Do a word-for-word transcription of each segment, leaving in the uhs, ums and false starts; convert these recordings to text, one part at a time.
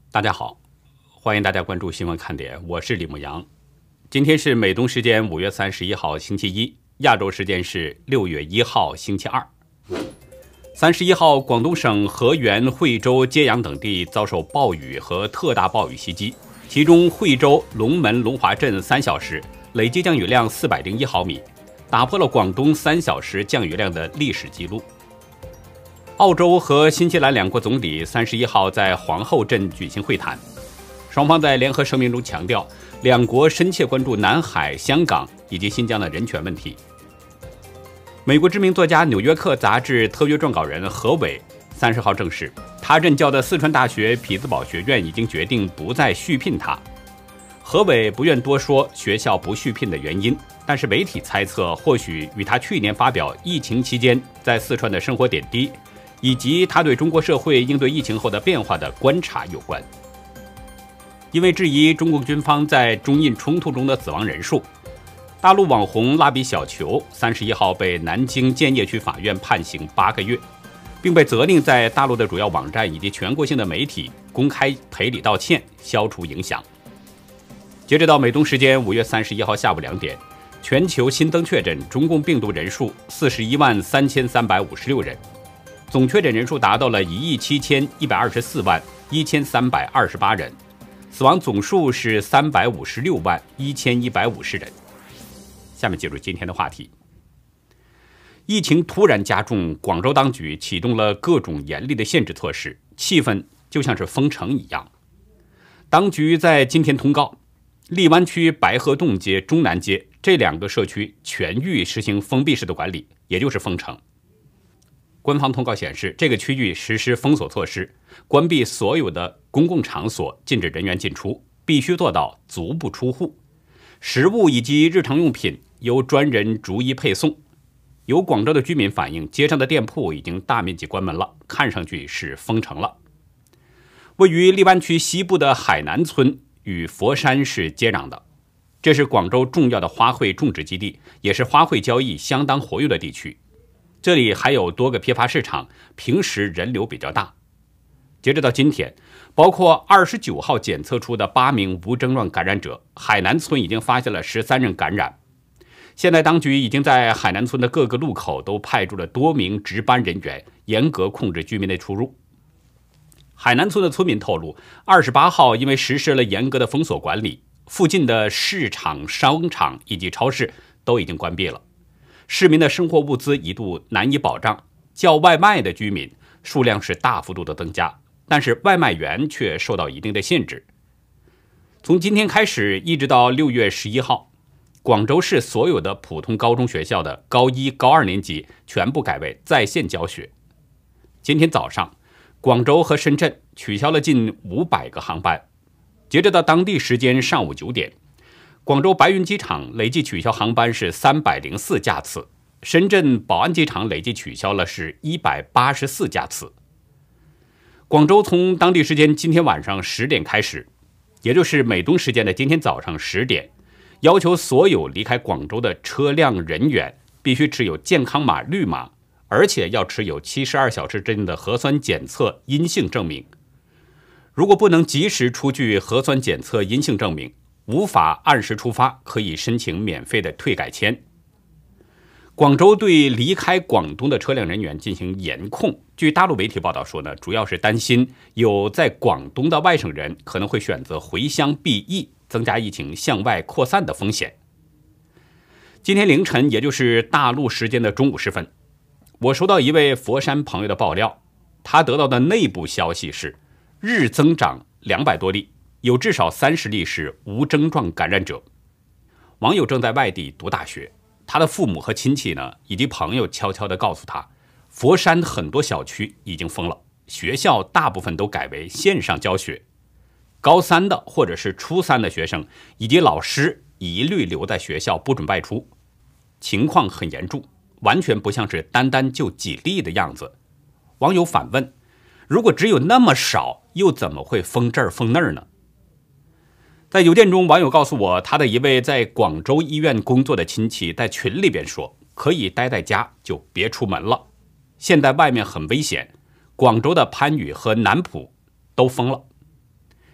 大家好，欢迎大家关注新闻看点，我是李牧阳。今天是美东时间五月三十一号星期一，亚洲时间是六月一号星期二。三十一号，广东省河源、惠州、揭阳等地遭受暴雨和特大暴雨袭击，其中惠州龙门龙华镇三小时累计降雨量四百零一毫米，打破了广东三小时降雨量的历史记录。澳洲和新西兰两国总理三十一号在皇后镇举行会谈，双方在联合声明中强调，两国深切关注南海、香港以及新疆的人权问题。美国知名作家《纽约客》杂志特约撰稿人何伟三十号证实，他任教的四川大学匹兹堡学院已经决定不再续聘他。何伟不愿多说学校不续聘的原因，但是媒体猜测，或许与他去年发表疫情期间在四川的生活点滴，以及他对中国社会应对疫情后的变化的观察有关。因为质疑中共军方在中印冲突中的死亡人数，大陆网红蜡笔小球三十一号被南京建邺区法院判刑八个月，并被责令在大陆的主要网站以及全国性的媒体公开赔礼道歉，消除影响。截止到美东时间五月三十一号下午两点，全球新增确诊中共病毒人数四十一万三千三百五十六人。总确诊人数达到了一亿七千一百二十四万一千三百二十八人，死亡总数是三百五十六万一千一百五十人。下面进入今天的话题。疫情突然加重，广州当局启动了各种严厉的限制措施，气氛就像是封城一样。当局在今天通告，荔湾区白鹤洞街、中南街这两个社区全域实行封闭式的管理，也就是封城。官方通告显示，这个区域实施封锁措施，关闭所有的公共场所，禁止人员进出，必须做到足不出户。食物以及日常用品由专人逐一配送。有广州的居民反映，街上的店铺已经大面积关门了，看上去是封城了。位于荔湾区西部的海南村与佛山是接壤的，这是广州重要的花卉种植基地，也是花卉交易相当活跃的地区。这里还有多个批发市场，平时人流比较大。截止到今天，包括二十九号检测出的八名无症状感染者，海南村已经发现了十三人感染。现在当局已经在海南村的各个路口都派驻了多名值班人员，严格控制居民的出入。海南村的村民透露，二十八号因为实施了严格的封锁管理，附近的市场、商场以及超市都已经关闭了。市民的生活物资一度难以保障，叫外卖的居民数量是大幅度的增加，但是外卖员却受到一定的限制。从今天开始一直到六月十一号，广州市所有的普通高中学校的高一、高二年级全部改为在线教学。今天早上，广州和深圳取消了近五百个航班。截止到当地时间上午九点，广州白云机场累计取消航班是三百零四架次，深圳宝安机场累计取消了是一百八十四架次。广州从当地时间今天晚上十点开始，也就是美东时间的今天早上十点，要求所有离开广州的车辆人员必须持有健康码绿码，而且要持有七十二小时之内的核酸检测阴性证明。如果不能及时出具核酸检测阴性证明，无法按时出发，可以申请免费的退改签。广州对离开广东的车辆人员进行严控。据大陆媒体报道说呢，主要是担心有在广东的外省人可能会选择回乡避疫，增加疫情向外扩散的风险。今天凌晨，也就是大陆时间的中午时分，我收到一位佛山朋友的爆料，他得到的内部消息是，日增长两百多例。有至少三十例是无症状感染者。网友正在外地读大学，他的父母和亲戚呢，以及朋友悄悄地告诉他，佛山很多小区已经封了，学校大部分都改为线上教学。高三的或者是初三的学生以及老师一律留在学校，不准外出。情况很严重，完全不像是单单就几例的样子。网友反问，如果只有那么少，又怎么会封这儿封那儿呢？在邮件中，网友告诉我，他的一位在广州医院工作的亲戚在群里边说，可以待在家，就别出门了。现在外面很危险，广州的番禺和南浦都封了。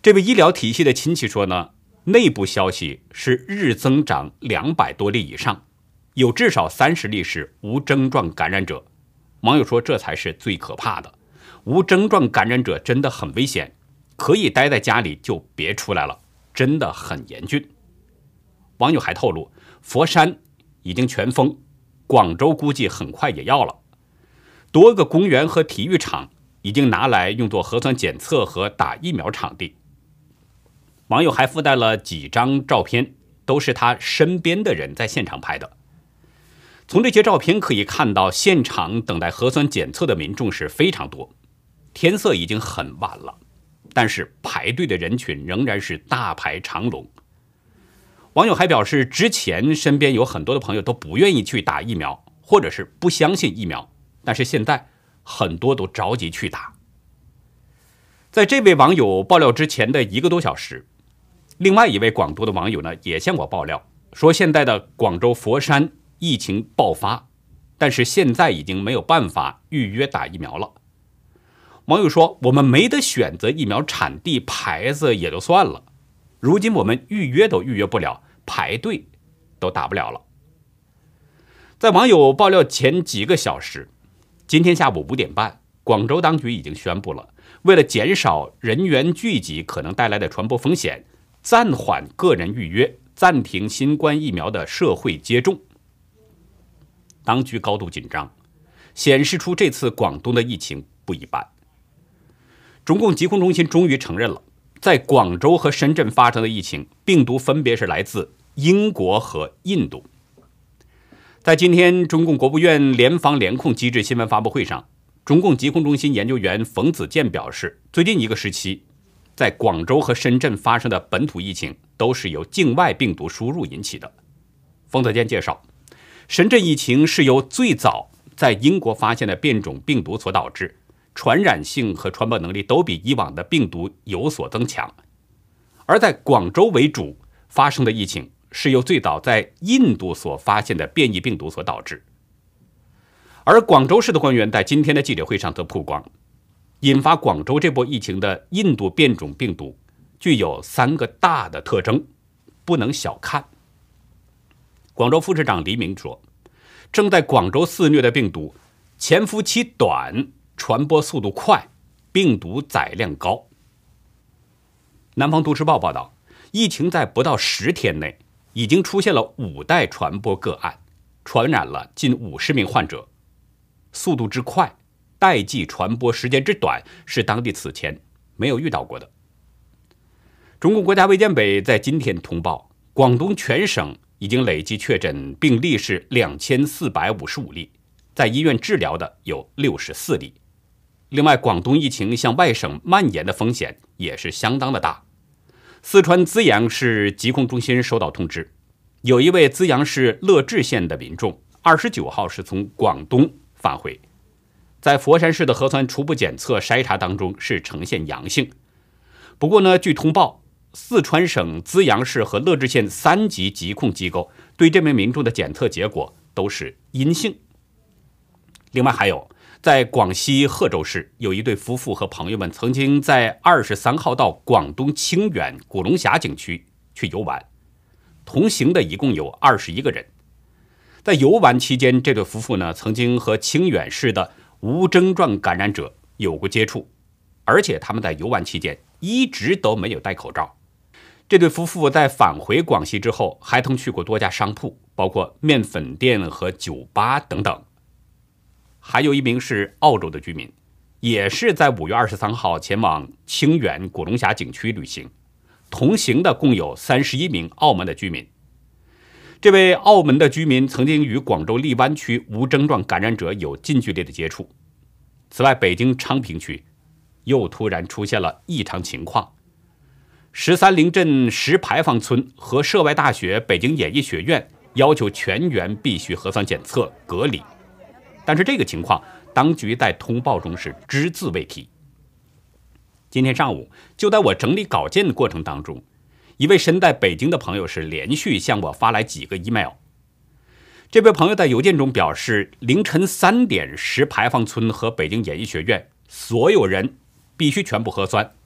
这位医疗体系的亲戚说呢，内部消息是日增长两百多例以上，有至少三十例是无症状感染者。网友说这才是最可怕的，无症状感染者真的很危险，可以待在家里就别出来了，真的很严峻。网友还透露，佛山已经全封，广州估计很快也要了。多个公园和体育场已经拿来用作核酸检测和打疫苗场地。网友还附带了几张照片，都是他身边的人在现场拍的。从这些照片可以看到，现场等待核酸检测的民众是非常多，天色已经很晚了，但是排队的人群仍然是大排长龙。网友还表示，之前身边有很多的朋友都不愿意去打疫苗，或者是不相信疫苗，但是现在很多都着急去打。在这位网友爆料之前的一个多小时，另外一位广东的网友呢也向我爆料，说现在的广州佛山疫情爆发，但是现在已经没有办法预约打疫苗了。网友说，我们没得选择疫苗产地牌子也就算了，如今我们预约都预约不了，排队都打不了了。在网友爆料前几个小时，今天下午五点半，广州当局已经宣布了，为了减少人员聚集可能带来的传播风险，暂缓个人预约，暂停新冠疫苗的社会接种。当局高度紧张，显示出这次广东的疫情不一般。中共疾控中心终于承认了，在广州和深圳发生的疫情，病毒分别是来自英国和印度。在今天中共国务院联防联控机制新闻发布会上，中共疾控中心研究员冯子健表示，最近一个时期，在广州和深圳发生的本土疫情都是由境外病毒输入引起的。冯子健介绍，深圳疫情是由最早在英国发现的变种病毒所导致，传染性和传播能力都比以往的病毒有所增强。而在广州为主发生的疫情是由最早在印度所发现的变异病毒所导致。而广州市的官员在今天的记者会上则曝光，引发广州这波疫情的印度变种病毒具有三个大的特征，不能小看。广州副市长黎明说，正在广州肆虐的病毒潜伏期短，传播速度快，病毒载量高。南方都市报报道，疫情在不到十天内已经出现了五代传播个案，传染了近五十名患者，速度之快，代际传播时间之短，是当地此前没有遇到过的。中共国家卫健委在今天通报，广东全省已经累计确诊病例是两千四百五十五例，在医院治疗的有六十四例。另外，广东疫情向外省蔓延的风险也是相当的大。四川资阳市疾控中心收到通知，有一位资阳市乐至县的民众二十九号是从广东返回，在佛山市的核酸初步检测筛查当中是呈现阳性。不过呢，据通报，四川省资阳市和乐至县三级疾控机构对这名民众的检测结果都是阴性。另外还有，在广西贺州市，有一对夫妇和朋友们曾经在二十三号到广东清远古龙峡景区去游玩，同行的一共有二十一个人。在游玩期间，这对夫妇呢曾经和清远市的无症状感染者有过接触，而且他们在游玩期间一直都没有戴口罩。这对夫妇在返回广西之后，还曾去过多家商铺，包括面粉店和酒吧等等。还有一名是澳洲的居民，也是在五月二十三号前往清远古龙峡景区旅行，同行的共有三十一名澳门的居民。这位澳门的居民曾经与广州荔湾区无症状感染者有近距离的接触。此外，北京昌平区又突然出现了异常情况，十三陵镇石牌坊村和涉外大学北京演艺学院要求全员必须核酸检测隔离，但是这个情况当局在通报中是只字未提。今天上午，就在我整理稿件的过程当中，一位身在北京的朋友是连续向我发来几个 email。 这位朋友在邮件中表示，凌晨三点石牌坊村和北京演艺学院所有人必须全部核酸，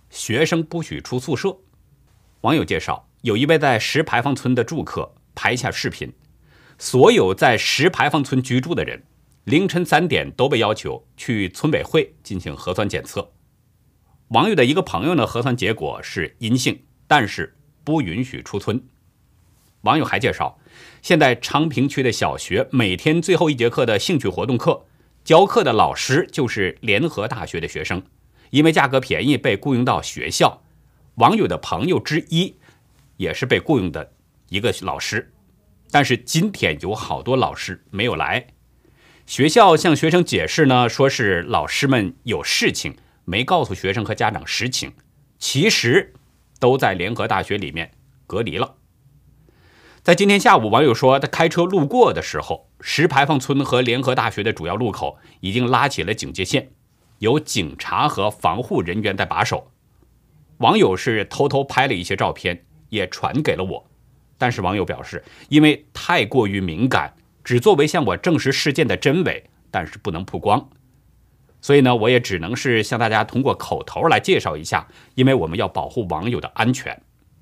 学生不许出宿舍。网友介绍，有一位在石牌坊村的住客拍下视频，所有在石牌坊村居住的人凌晨三点都被要求去村委会进行核酸检测。网友的一个朋友呢，核酸结果是阴性，但是不允许出村。网友还介绍，现在昌平区的小学每天最后一节课的兴趣活动课，教课的老师就是联合大学的学生，因为价格便宜被雇佣到学校。网友的朋友之一也是被雇佣的一个老师，但是今天有好多老师没有来。学校向学生解释呢，说是老师们有事情没告诉学生和家长实情，其实都在联合大学里面隔离了。在今天下午，网友说他开车路过的时候，石牌坊村和联合大学的主要路口已经拉起了警戒线，有警察和防护人员在把守。网友是偷偷拍了一些照片，也传给了我，但是网友表示，因为太过于敏感，只作为向我证实事件的真伪，但是不能曝光。所以呢，我也只能是向大家通过口头来介绍一下，因为我们要保护网友的安全。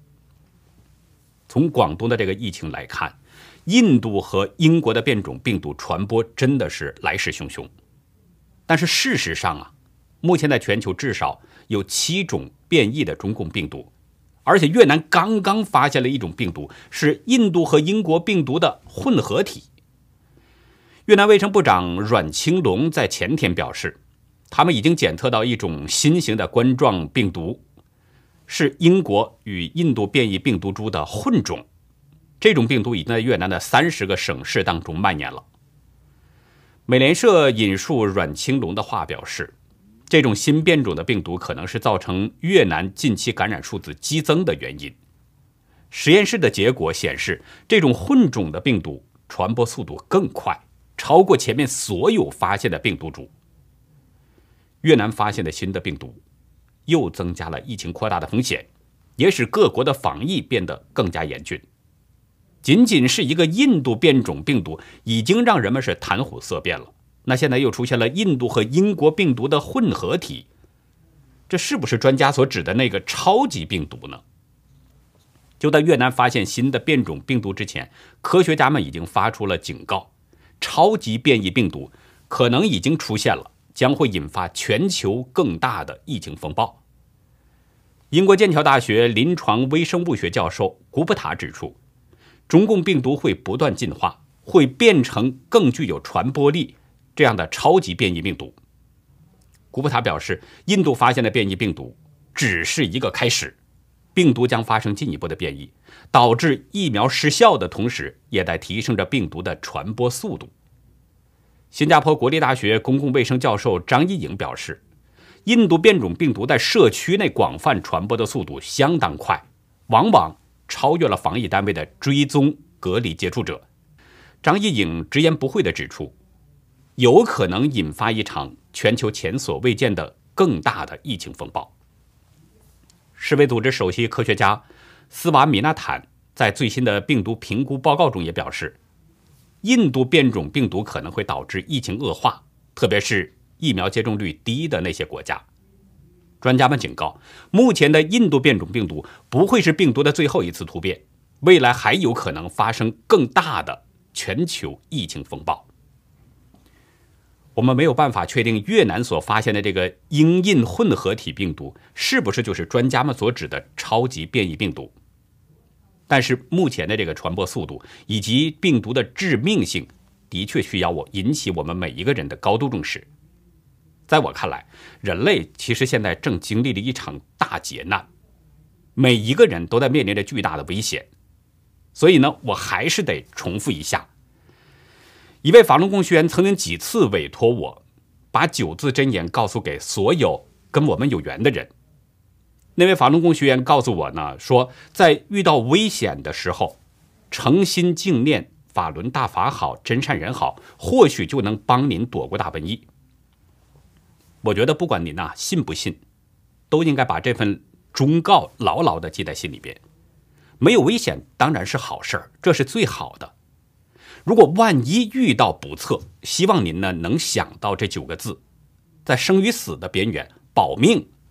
从广东的这个疫情来看，印度和英国的变种病毒传播真的是来势汹汹。但是事实上啊，目前在全球至少有七种变异的中共病毒，而且越南刚刚发现了一种病毒，是印度和英国病毒的混合体。越南卫生部长阮清龙在前天表示，他们已经检测到一种新型的冠状病毒，是英国与印度变异病毒株的混种。这种病毒已经在越南的三十个省市当中蔓延了。美联社引述阮清龙的话表示，这种新变种的病毒可能是造成越南近期感染数字激增的原因。实验室的结果显示，这种混种的病毒传播速度更快，超过前面所有发现的病毒株。越南发现的新的病毒又增加了疫情扩大的风险，也使各国的防疫变得更加严峻。仅仅是一个印度变种病毒已经让人们是谈虎色变了，那现在又出现了印度和英国病毒的混合体，这是不是专家所指的那个超级病毒呢？就在越南发现新的变种病毒之前，科学家们已经发出了警告，超级变异病毒可能已经出现了，将会引发全球更大的疫情风暴。英国剑桥大学临床微生物学教授古普塔指出，中共病毒会不断进化，会变成更具有传播力这样的超级变异病毒。古普塔表示，印度发现的变异病毒只是一个开始，病毒将发生进一步的变异，导致疫苗失效的同时，也在提升着病毒的传播速度。新加坡国立大学公共卫生教授张一颖表示，印度变种病毒在社区内广泛传播的速度相当快，往往超越了防疫单位的追踪隔离接触者。张一颖直言不讳地指出，有可能引发一场全球前所未见的更大的疫情风暴。世卫组织首席科学家斯瓦米纳坦在最新的病毒评估报告中也表示，印度变种病毒可能会导致疫情恶化，特别是疫苗接种率低的那些国家。专家们警告，目前的印度变种病毒不会是病毒的最后一次突变，未来还有可能发生更大的全球疫情风暴。我们没有办法确定越南所发现的这个英印混合体病毒是不是就是专家们所指的超级变异病毒，但是目前的这个传播速度以及病毒的致命性的确需要我引起我们每一个人的高度重视。在我看来，人类其实现在正经历了一场大劫难，每一个人都在面临着巨大的危险。所以呢，我还是得重复一下，一位法轮功学员曾经几次委托我把九字真言告诉给所有跟我们有缘的人。那位法轮功学员告诉我呢，说在遇到危险的时候，诚心敬念法轮大法好，真善人好，或许就能帮您躲过大瘟疫。我觉得不管您啊信不信，都应该把这份忠告牢牢地记在心里边。没有危险当然是好事儿，这是最好的。如果万一遇到不测，希望您呢能想到这九个字，在生与死的边缘，保命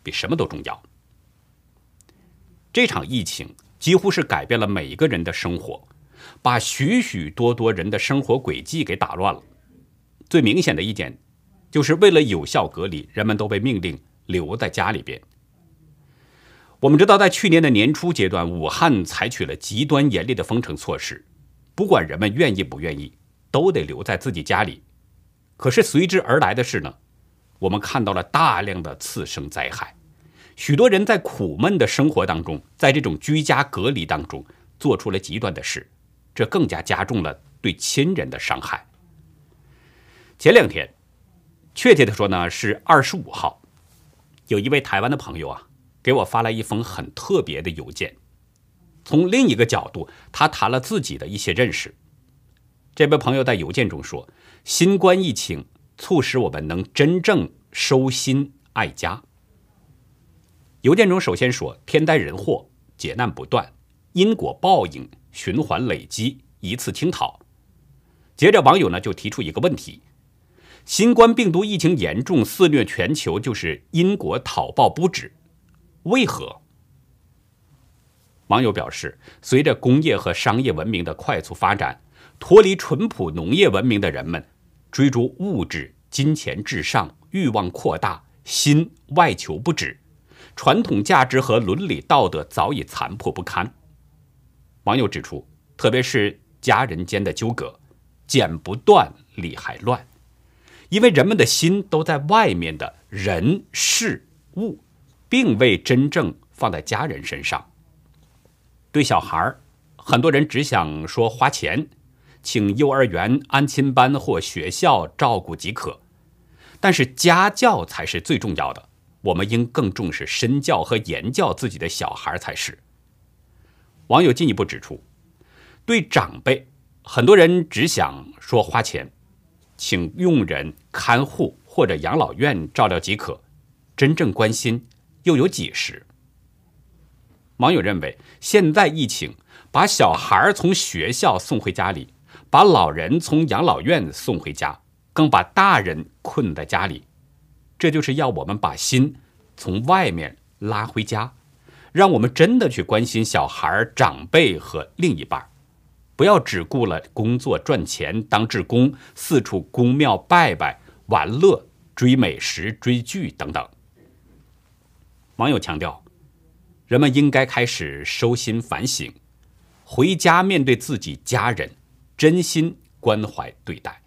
比什么都重要。这场疫情几乎是改变了每一个人的生活，把许许多多人的生活轨迹给打乱了。最明显的一点，就是为了有效隔离，人们都被命令留在家里边。我们知道，在去年的年初阶段，武汉采取了极端严厉的封城措施，不管人们愿意不愿意，都得留在自己家里。可是随之而来的是呢，我们看到了大量的次生灾害，许多人在苦闷的生活当中，在这种居家隔离当中做出了极端的事，这更加加重了对亲人的伤害。前两天，确切的说呢，是二十五号，有一位台湾的朋友啊，给我发来一封很特别的邮件。从另一个角度，他谈了自己的一些认识。这位朋友在邮件中说，新冠疫情促使我们能真正收心爱家。邮件中首先说，天灾人祸，劫难不断，因果报应循环累积，一次倾倒。接着网友呢就提出一个问题，新冠病毒疫情严重肆虐全球，就是因果讨报不止，为何？网友表示，随着工业和商业文明的快速发展，脱离淳朴农业文明的人们追逐物质、金钱至上，欲望扩大，心外求不止，传统价值和伦理道德早已残破不堪。网友指出，特别是家人间的纠葛，剪不断，理还乱，因为人们的心都在外面的人事物，并未真正放在家人身上。对小孩，很多人只想说花钱，请幼儿园、安亲班或学校照顾即可，但是家教才是最重要的，我们应更重视身教和言教自己的小孩才是。网友进一步指出，对长辈，很多人只想说花钱，请佣人、看护或者养老院照料即可，真正关心又有几时？网友认为，现在疫情把小孩从学校送回家里，把老人从养老院送回家，更把大人困在家里，这就是要我们把心从外面拉回家，让我们真的去关心小孩、长辈和另一半，不要只顾了工作赚钱当志工，四处宫庙拜拜、玩乐、追美食、追剧等等。网友强调，人们应该开始收心反省，回家面对自己家人，真心关怀对待。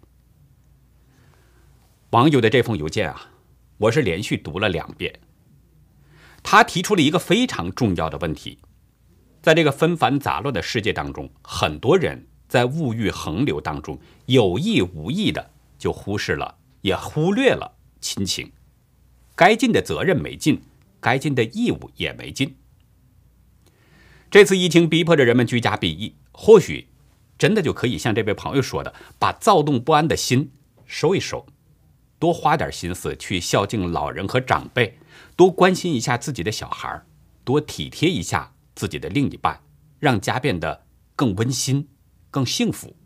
网友的这封邮件啊，我是连续读了两遍。他提出了一个非常重要的问题，在这个纷繁杂乱的世界当中，很多人在物欲横流当中，有意无意的就忽视了，也忽略了亲情，该尽的责任没尽，该尽的义务也没尽。这次疫情逼迫着人们居家避疫，或许真的就可以像这位朋友说的，把躁动不安的心收一收，多花点心思去孝敬老人和长辈，多关心一下自己的小孩，多体贴一下自己的另一半，让家变得更温馨、更幸福。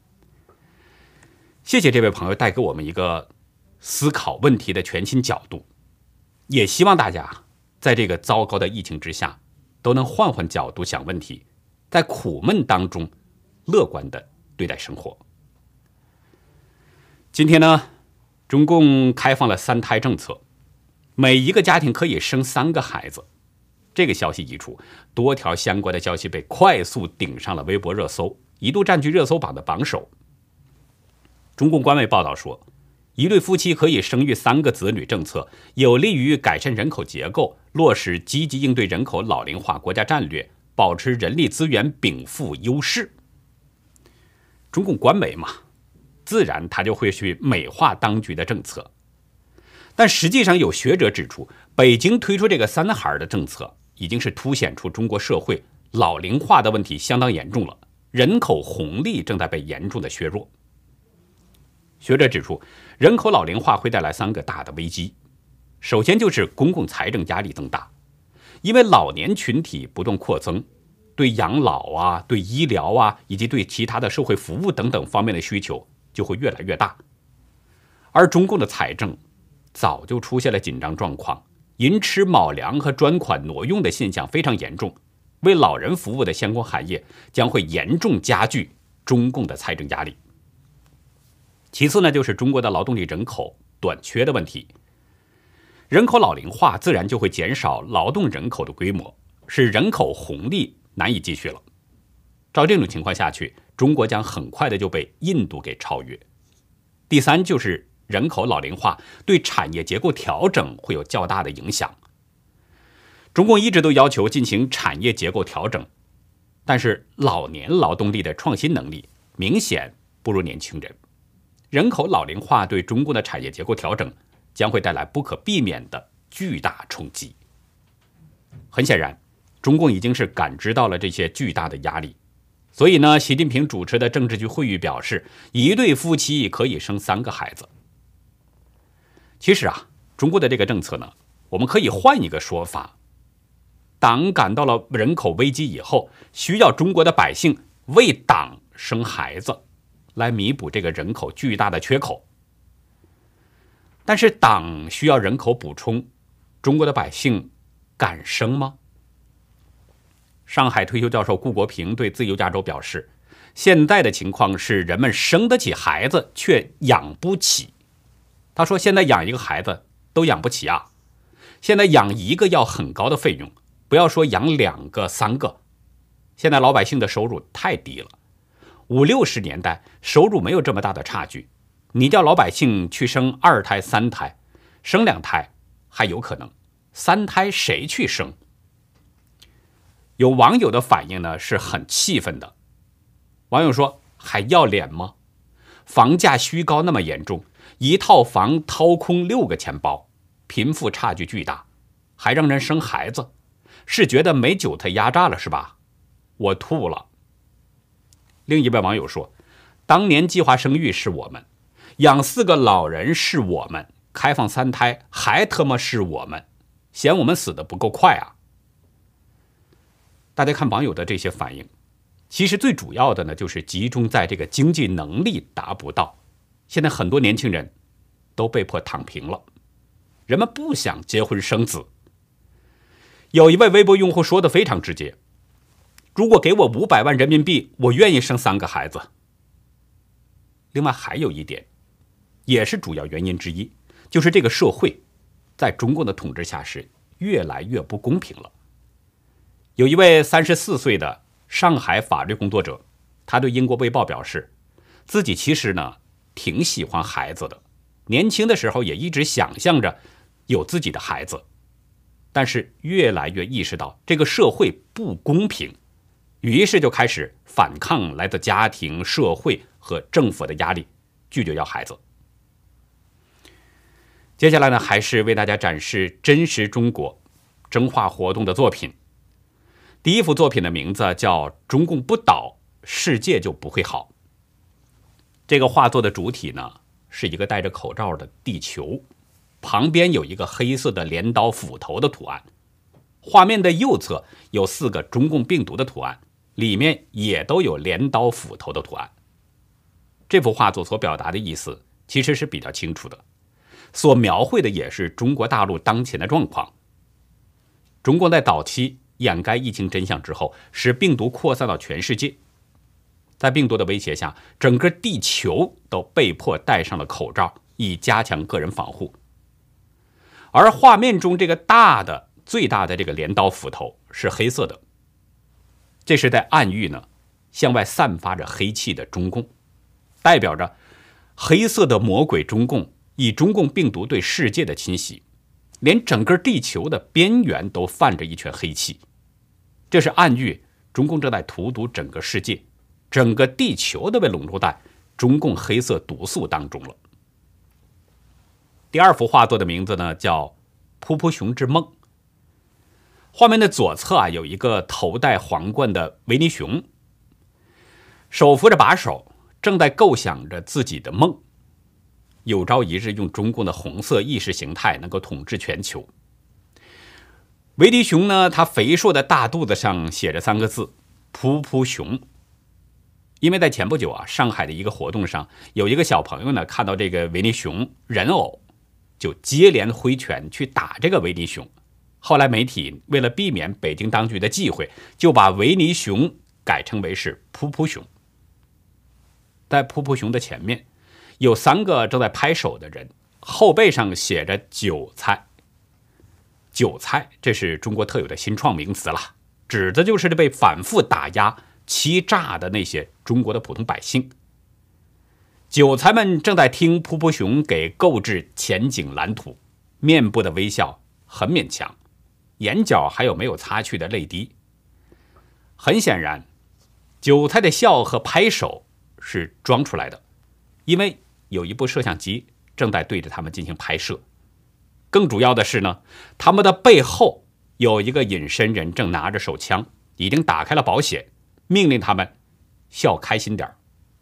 谢谢这位朋友带给我们一个思考问题的全新角度，也希望大家在这个糟糕的疫情之下，都能换换角度想问题，在苦闷当中乐观地对待生活。今天呢，中共开放了三胎政策，每一个家庭可以生三个孩子。这个消息一出，多条相关的消息被快速顶上了微博热搜，一度占据热搜榜的榜首。中共官媒报道说，一对夫妻可以生育三个子女政策有利于改善人口结构，落实积极应对人口老龄化国家战略，保持人力资源禀赋优势。中共官媒嘛，自然他就会去美化当局的政策。但实际上有学者指出，北京推出这个三孩的政策，已经是凸显出中国社会老龄化的问题相当严重了，人口红利正在被严重的削弱。学者指出，人口老龄化会带来三个大的危机。首先就是公共财政压力增大，因为老年群体不断扩增，对养老啊、对医疗啊，以及对其他的社会服务等等方面的需求就会越来越大。而中共的财政早就出现了紧张状况， 寅吃卯粮和专款挪用的现象非常严重，为老人服务的相关行业将会严重加剧中共的财政压力。其次呢，就是中国的劳动力人口短缺的问题。人口老龄化自然就会减少劳动人口的规模，使人口红利难以继续了。照这种情况下去，中国将很快的就被印度给超越。第三，就是人口老龄化对产业结构调整会有较大的影响。中共一直都要求进行产业结构调整，但是老年劳动力的创新能力明显不如年轻人。人口老龄化对中共的产业结构调整将会带来不可避免的巨大冲击。很显然，中共已经是感知到了这些巨大的压力，所以呢，习近平主持的政治局会议表示，一对夫妻可以生三个孩子。其实啊，中国的这个政策呢，我们可以换一个说法，党感到了人口危机以后，需要中国的百姓为党生孩子，来弥补这个人口巨大的缺口。但是党需要人口补充，中国的百姓敢生吗？上海退休教授顾国平对自由亚洲表示，现在的情况是人们生得起孩子却养不起。他说现在养一个孩子都养不起啊，现在养一个要很高的费用，不要说养两个三个，现在老百姓的收入太低了。五六十年代收入没有这么大的差距，你叫老百姓去生二胎三胎，生两胎还有可能，三胎谁去生？有网友的反应呢是很气愤的。网友说，还要脸吗？房价虚高那么严重，一套房掏空六个钱包，贫富差距巨大，还让人生孩子，是觉得没韭菜压榨了是吧？我吐了。另一位网友说，当年计划生育是我们，养四个老人是我们，开放三胎还他妈是我们，嫌我们死得不够快啊。大家看网友的这些反应，其实最主要的呢，就是集中在这个经济能力达不到。现在很多年轻人都被迫躺平了，人们不想结婚生子。有一位微博用户说的非常直接，如果给我五百万人民币，我愿意生三个孩子。另外还有一点，也是主要原因之一，就是这个社会在中共的统治下是越来越不公平了。有一位三十四岁的上海法律工作者，他对英国卫报表示，自己其实呢挺喜欢孩子的，年轻的时候也一直想象着有自己的孩子，但是越来越意识到这个社会不公平，于是就开始反抗来自家庭、社会和政府的压力，拒绝要孩子。接下来呢，还是为大家展示真实中国征化活动的作品。第一幅作品的名字叫《中共不倒，世界就不会好》。这个画作的主体呢，是一个戴着口罩的地球，旁边有一个黑色的镰刀斧头的图案。画面的右侧有四个中共病毒的图案，里面也都有镰刀斧头的图案。这幅画作所表达的意思其实是比较清楚的，所描绘的也是中国大陆当前的状况。中共在早期掩盖疫情真相之后，使病毒扩散到全世界。在病毒的威胁下，整个地球都被迫戴上了口罩，以加强个人防护。而画面中这个大的、最大的这个镰刀斧头是黑色的，这是在暗喻呢，向外散发着黑气的中共，代表着黑色的魔鬼中共以中共病毒对世界的侵袭，连整个地球的边缘都泛着一圈黑气。这是暗喻中共正在荼毒整个世界，整个地球都被笼络在中共黑色毒素当中了。第二幅画作的名字呢叫《噗噗熊之梦》。画面的左侧啊有一个头戴皇冠的维尼熊，手扶着把手，正在构想着自己的梦，有朝一日用中共的红色意识形态能够统治全球。维尼熊呢，它肥硕的大肚子上写着三个字噗噗熊。因为在前不久啊，上海的一个活动上，有一个小朋友呢看到这个维尼熊人偶， 就接连挥拳去打这个维尼熊。后来媒体为了避免北京当局的忌讳，就把维尼熊改称为是噗噗熊。在噗噗熊的前面有三个正在拍手的人，后背上写着韭菜。韭菜，这是中国特有的新创名词了，指的就是被反复打压、欺诈的那些中国的普通百姓。韭菜们正在听噗噗熊给购置前景蓝图，面部的微笑很勉强，眼角还有没有擦去的泪滴。很显然，韭菜的笑和拍手是装出来的，因为有一部摄像机正在对着他们进行拍摄。更主要的是呢，他们的背后有一个隐身人正拿着手枪，已经打开了保险，命令他们笑开心点。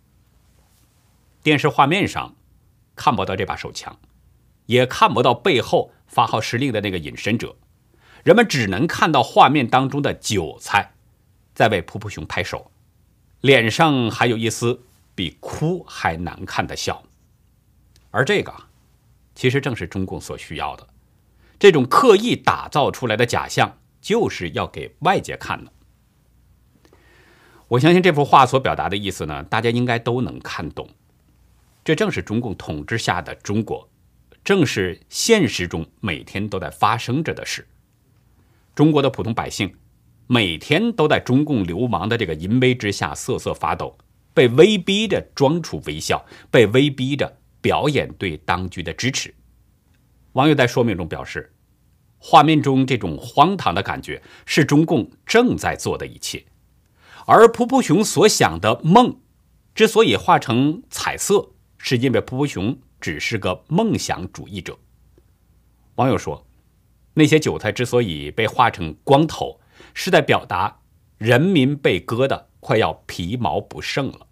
电视画面上看不到这把手枪，也看不到背后发号施令的那个隐身者，人们只能看到画面当中的韭菜在为噗噗熊拍手，脸上还有一丝比哭还难看的笑。而这个其实正是中共所需要的，这种刻意打造出来的假象，就是要给外界看的。我相信这幅画所表达的意思呢，大家应该都能看懂。这正是中共统治下的中国，正是现实中每天都在发生着的事。中国的普通百姓每天都在中共流氓的这个淫威之下瑟瑟发抖，被威逼着装出微笑，被威逼着表演对当局的支持。网友在说明中表示，画面中这种荒唐的感觉是中共正在做的一切，而噗噗熊所想的梦之所以画成彩色，是因为噗噗熊只是个梦想主义者。网友说，那些韭菜之所以被画成光头，是在表达人民被割的快要皮毛不剩了。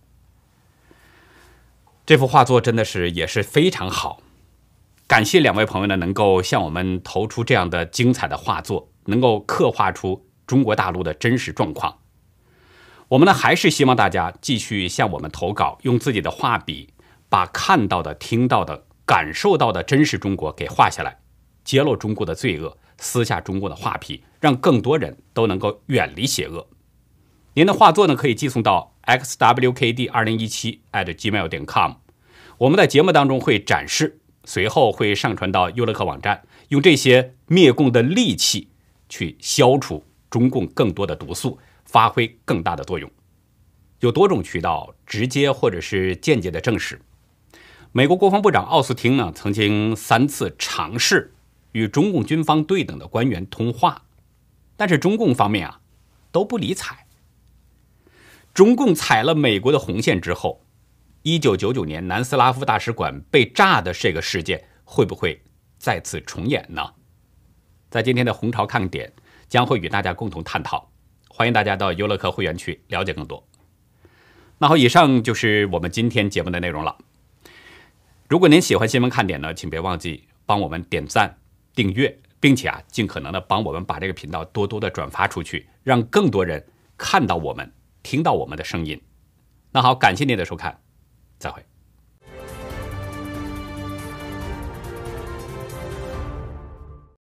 这幅画作真的是也是非常好，感谢两位朋友呢，能够向我们投出这样的精彩的画作，能够刻画出中国大陆的真实状况。我们呢，还是希望大家继续向我们投稿，用自己的画笔把看到的、听到的、感受到的真实中国给画下来，揭露中国的罪恶，撕下中国的画皮，让更多人都能够远离邪恶。您的画作呢，可以寄送到 x w k d 二零一七 at gmail 点 com， 我们在节目当中会展示，随后会上传到优乐客网站，用这些灭共的利器去消除中共更多的毒素，发挥更大的作用。有多种渠道直接或者是间接的证实，美国国防部长奥斯汀呢，曾经三次尝试与中共军方对等的官员通话，但是中共方面啊都不理睬。中共踩了美国的红线之后，一九九九年南斯拉夫大使馆被炸的这个事件会不会再次重演呢？在今天的红潮看点将会与大家共同探讨，欢迎大家到优乐客会员区了解更多。那好，以上就是我们今天节目的内容了。如果您喜欢新闻看点呢，请别忘记帮我们点赞、订阅，并且啊，尽可能的帮我们把这个频道多多的转发出去，让更多人看到我们、听到我们的声音。那好，感谢您的收看，再会。